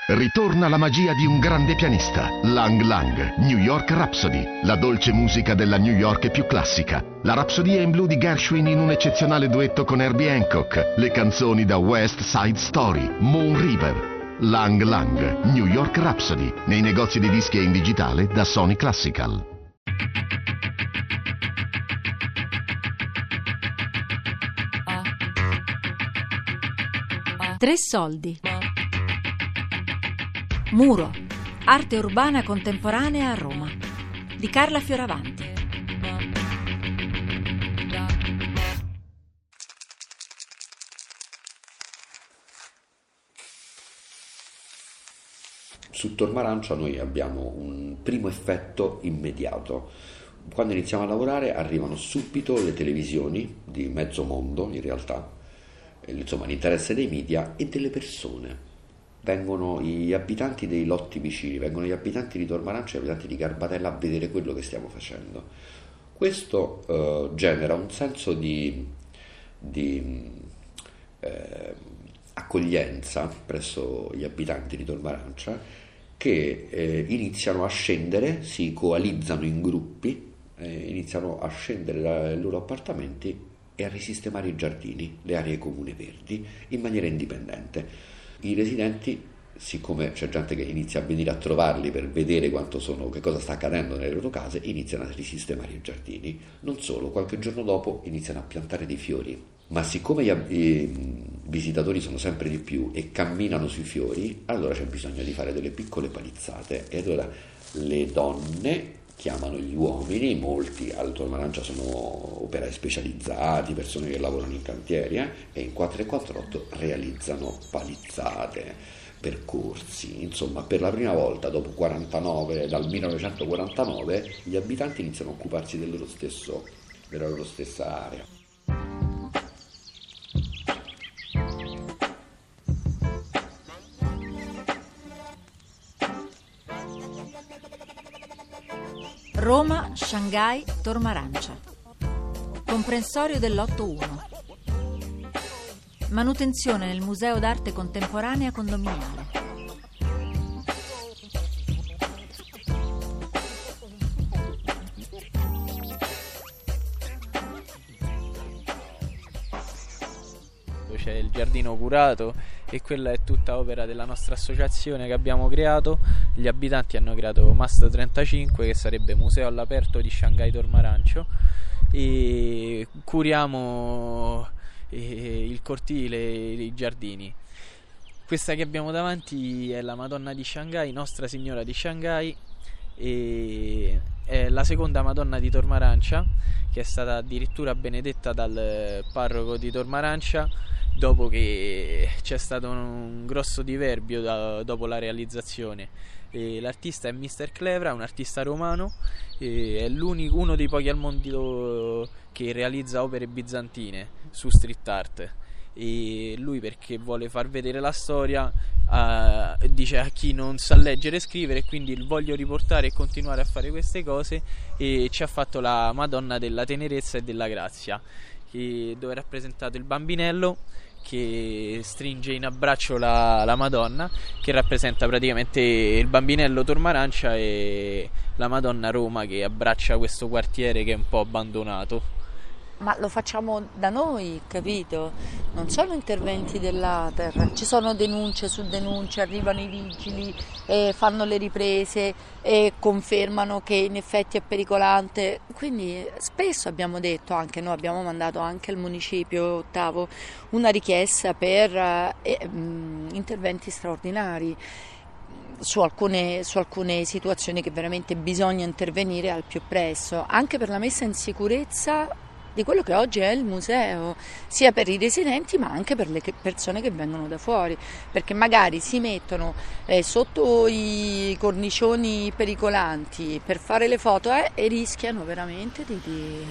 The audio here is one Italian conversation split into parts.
Ritorna la magia di un grande pianista, Lang Lang, New York Rhapsody, la dolce musica della New York più classica. La rapsodia in blu di Gershwin in un eccezionale duetto con Herbie Hancock, le canzoni da West Side Story, Moon River. Lang Lang, New York Rhapsody, nei negozi di dischi e in digitale da Sony Classical. Tre soldi. Muro, arte urbana contemporanea a Roma, di Carla Fioravanti. Su Tormarancia noi abbiamo un primo effetto immediato. Quando iniziamo a lavorare arrivano subito le televisioni di mezzo mondo, in realtà, insomma l'interesse dei media e delle persone. Vengono gli abitanti dei lotti vicini, vengono gli abitanti di Tormarancia e gli abitanti di Garbatella a vedere quello che stiamo facendo. Questo genera un senso di accoglienza presso gli abitanti di Tormarancia che iniziano a scendere, si coalizzano in gruppi, iniziano a scendere dai loro appartamenti e a risistemare i giardini, le aree comuni verdi in maniera indipendente. I residenti, siccome c'è gente che inizia a venire a trovarli per vedere che cosa sta accadendo nelle loro case, iniziano a risistemare i giardini. Non solo, qualche giorno dopo iniziano a piantare dei fiori. Ma siccome i visitatori sono sempre di più e camminano sui fiori, allora c'è bisogno di fare delle piccole palizzate. E allora le donne chiamano gli uomini, molti al Tormarancia sono operai specializzati, persone che lavorano in cantieri, e in 448 realizzano palizzate, percorsi. Insomma, per la prima volta dopo 49, dal 1949, gli abitanti iniziano a occuparsi della loro stessa area. Roma, Shanghai, Tormarancia. Comprensorio del lotto 1. Manutenzione nel Museo d'Arte Contemporanea Condominiale. C'è il giardino curato e quella è tutta opera della nostra associazione che abbiamo creato. Gli abitanti hanno creato Mast 35, che sarebbe museo all'aperto di Shanghai Tormarancio, e curiamo il cortile e i giardini. Questa che abbiamo davanti è la Madonna di Shanghai, Nostra Signora di Shanghai, e è la seconda Madonna di Tormarancia, che è stata addirittura benedetta dal parroco di Tormarancia dopo che c'è stato un grosso diverbio dopo la realizzazione. L'artista è Mr. Clevra, un artista romano, è uno dei pochi al mondo che realizza opere bizantine su street art. E lui, perché vuole far vedere la storia, dice a chi non sa leggere e scrivere, quindi voglio riportare e continuare a fare queste cose, e ci ha fatto la Madonna della Tenerezza e della Grazia, dove è rappresentato il bambinello che stringe in abbraccio la Madonna, che rappresenta praticamente il bambinello Tormarancia, e la Madonna Roma che abbraccia questo quartiere che è un po' abbandonato. Ma lo facciamo da noi, capito? Non sono interventi dell'Ater, ci sono denunce su denunce, arrivano i vigili, fanno le riprese e confermano che in effetti è pericolante. Quindi spesso abbiamo detto, anche noi abbiamo mandato anche al municipio ottavo una richiesta per interventi straordinari su alcune situazioni che veramente bisogna intervenire al più presto, anche per la messa in sicurezza di quello che oggi è il museo, sia per i residenti ma anche per le persone che vengono da fuori, perché magari si mettono sotto i cornicioni pericolanti per fare le foto e rischiano veramente di...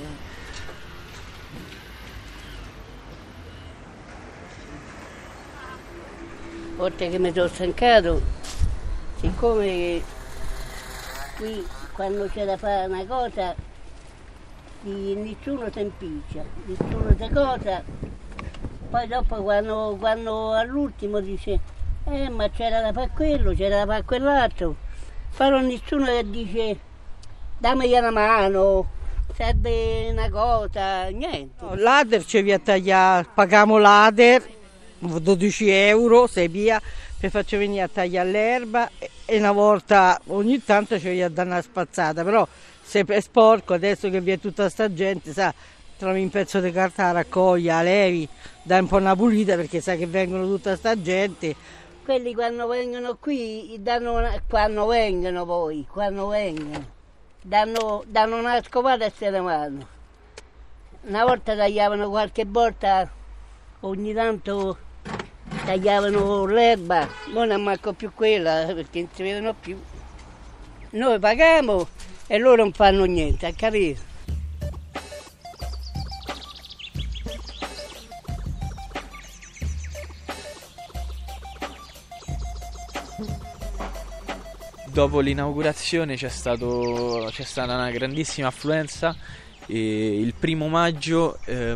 Oltre che mi sono stancato, siccome qui quando c'è da fare una cosa nessuno si impiccia, nessuno sa cosa, poi dopo quando all'ultimo dice Ma c'era da fare quello, c'era da fare quell'altro. Però nessuno che dice dammi una mano, serve una cosa, niente. No, l'Ader ci vi a tagliare, paghiamo l'Ader, 12 euro, sei via, per faccio venire a tagliare l'erba e una volta ogni tanto ci vi a dare una spazzata, però se è sporco adesso che vi è tutta sta gente, sa, trovi un pezzo di carta, la raccogli, la levi, dai un po' una pulita perché sa che vengono tutta sta gente. Quelli quando vengono qui, quando vengono, danno una scopata e se ne vanno. Una volta tagliavano qualche volta, ogni tanto tagliavano l'erba, ora non manco più quella perché non si vedono più. Noi paghiamo e loro non fanno niente, a capire? Dopo l'inaugurazione c'è stata una grandissima affluenza e il 1° maggio,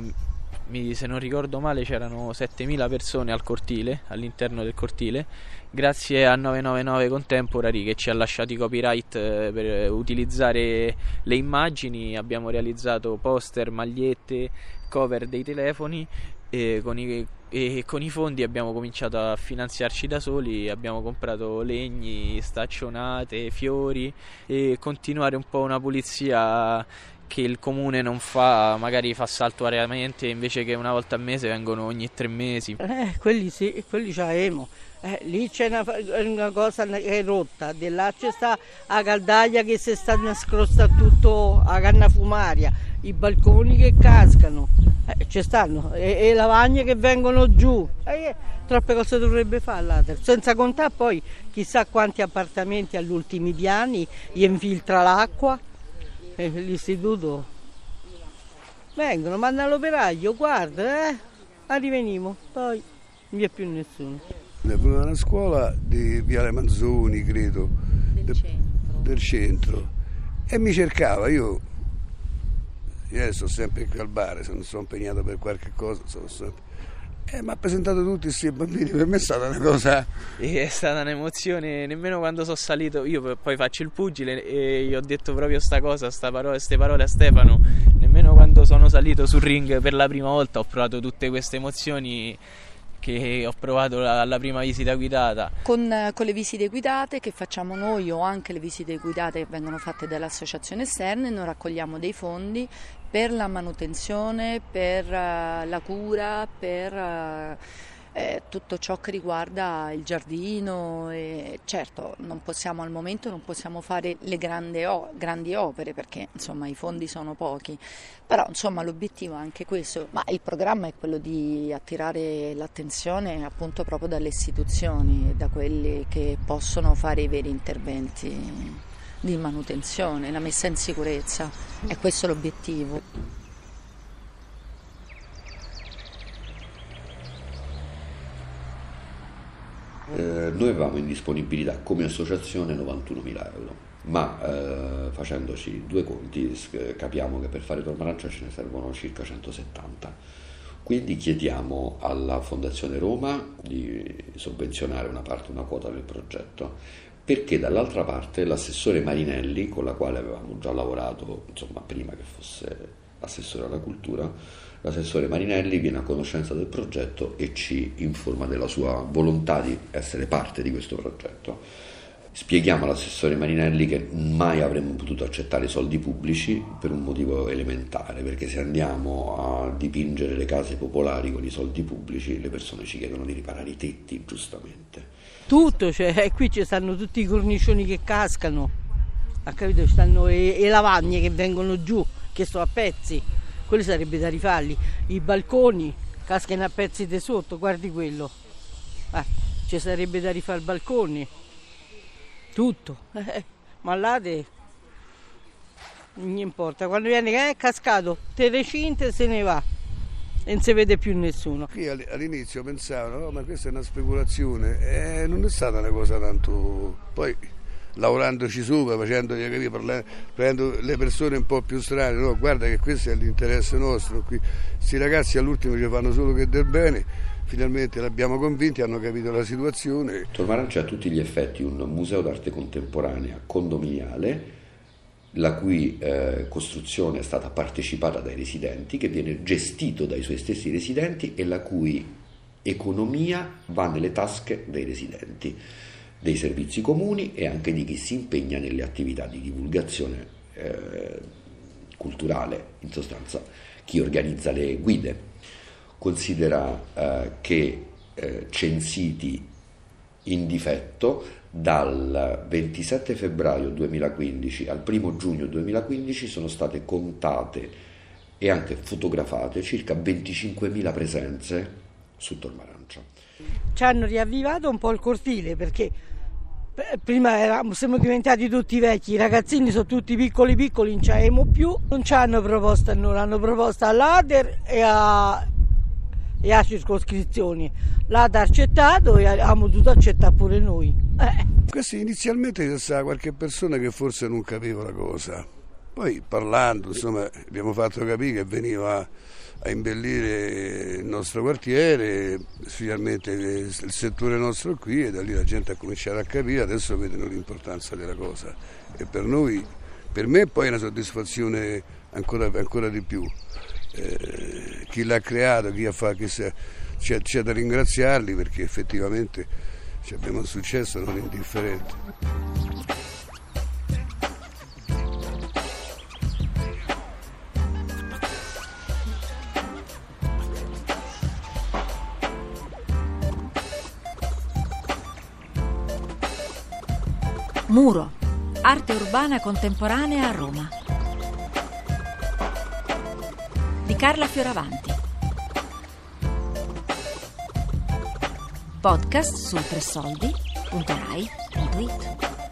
se non ricordo male, c'erano 7.000 persone al cortile, all'interno del cortile, grazie a 999 Contemporary che ci ha lasciato i copyright per utilizzare le immagini. Abbiamo realizzato poster, magliette, cover dei telefoni e con i fondi abbiamo cominciato a finanziarci da soli, abbiamo comprato legni, staccionate, fiori e continuare un po' una pulizia che il comune non fa, magari fa saltuariamente, invece che una volta al mese vengono ogni 3 mesi. Quelli sì, quelli c'avemo. Lì c'è una cosa che è rotta, di là c'è sta la caldaia che si sta nascosta tutto a canna fumaria, i balconi che cascano, ci stanno, e lavagne che vengono giù, troppe cose dovrebbe fare l'Ader, senza contare poi chissà quanti appartamenti agli ultimi piani, gli infiltra l'acqua, l'istituto, vengono, mandano l'operaio, guarda, arriveniamo, poi non vi è più nessuno. Venuto una scuola di Viale Manzoni, credo, del centro, e mi cercava, io sto sempre qui al bar, se non sono impegnato per qualche cosa, mi ha presentato tutti questi bambini, per me è stata una cosa... È stata un'emozione, nemmeno quando sono salito, io poi faccio il pugile e gli ho detto proprio queste parole a Stefano, nemmeno quando sono salito sul ring per la prima volta ho provato tutte queste emozioni che ho provato alla prima visita guidata. Con le visite guidate che facciamo noi o anche le visite guidate che vengono fatte dalle associazioni esterne, noi raccogliamo dei fondi per la manutenzione, per la cura, per tutto ciò che riguarda il giardino. E certo al momento non possiamo fare le grandi opere perché insomma i fondi sono pochi, però insomma l'obiettivo è anche questo, ma il programma è quello di attirare l'attenzione appunto proprio dalle istituzioni, da quelli che possono fare i veri interventi di manutenzione, la messa in sicurezza, è questo l'obiettivo. Noi avevamo in disponibilità come associazione 91.000 euro, ma facendoci 2 conti capiamo che per fare Tormarancia ce ne servono circa 170. Quindi chiediamo alla Fondazione Roma di sovvenzionare una quota del progetto, perché dall'altra parte l'assessore Marinelli, con la quale avevamo già lavorato prima che fosse assessore alla cultura, l'assessore Marinelli viene a conoscenza del progetto e ci informa della sua volontà di essere parte di questo progetto. Spieghiamo all'assessore Marinelli che mai avremmo potuto accettare soldi pubblici per un motivo elementare, perché se andiamo a dipingere le case popolari con i soldi pubblici le persone ci chiedono di riparare i tetti, giustamente. Tutto, qui ci stanno tutti i cornicioni che cascano, capito? Ci stanno le lavagne che vengono giù, che sono a pezzi, quelli sarebbe da rifarli, i balconi cascano a pezzi di sotto, guardi quello, ci sarebbe da rifare i balconi, tutto, ma là non importa, quando viene è cascato, te recinte e se ne va e non si vede più nessuno. Qui all'inizio pensavano, ma questa è una speculazione, non è stata una cosa tanto, poi lavorandoci sopra, facendogli capire, prendendo le persone un po' più strane, no, guarda che questo è l'interesse nostro, qui sti ragazzi all'ultimo ci fanno solo che del bene, finalmente l'abbiamo convinti, hanno capito la situazione. Tor Marancia è a tutti gli effetti un museo d'arte contemporanea condominiale, la cui costruzione è stata partecipata dai residenti, che viene gestito dai suoi stessi residenti e la cui economia va nelle tasche dei residenti, dei servizi comuni e anche di chi si impegna nelle attività di divulgazione culturale, in sostanza chi organizza le guide. Considera che censiti in difetto dal 27 febbraio 2015 al 1 giugno 2015 sono state contate e anche fotografate circa 25.000 presenze su Tor Marancia. Ci hanno riavvivato un po' il cortile, perché prima siamo diventati tutti vecchi, i ragazzini sono tutti piccoli, non ci avevamo più, non ci hanno proposto a noi, l'hanno proposta all'Ader e a circoscrizioni. L'ADA ha accettato e abbiamo dovuto accettare pure noi. Questi inizialmente c'è stata qualche persona che forse non capiva la cosa, poi parlando insomma abbiamo fatto capire che veniva a imbellire il nostro quartiere, finalmente il settore nostro qui, e da lì la gente ha cominciato a capire, adesso vedono l'importanza della cosa e per noi, per me poi è una soddisfazione ancora di più. Chi l'ha creato, c'è da ringraziarli, perché effettivamente abbiamo un successo non indifferente. Muro, arte urbana contemporanea a Roma, di Carla Fioravanti. Podcast su 3soldi.rai.it.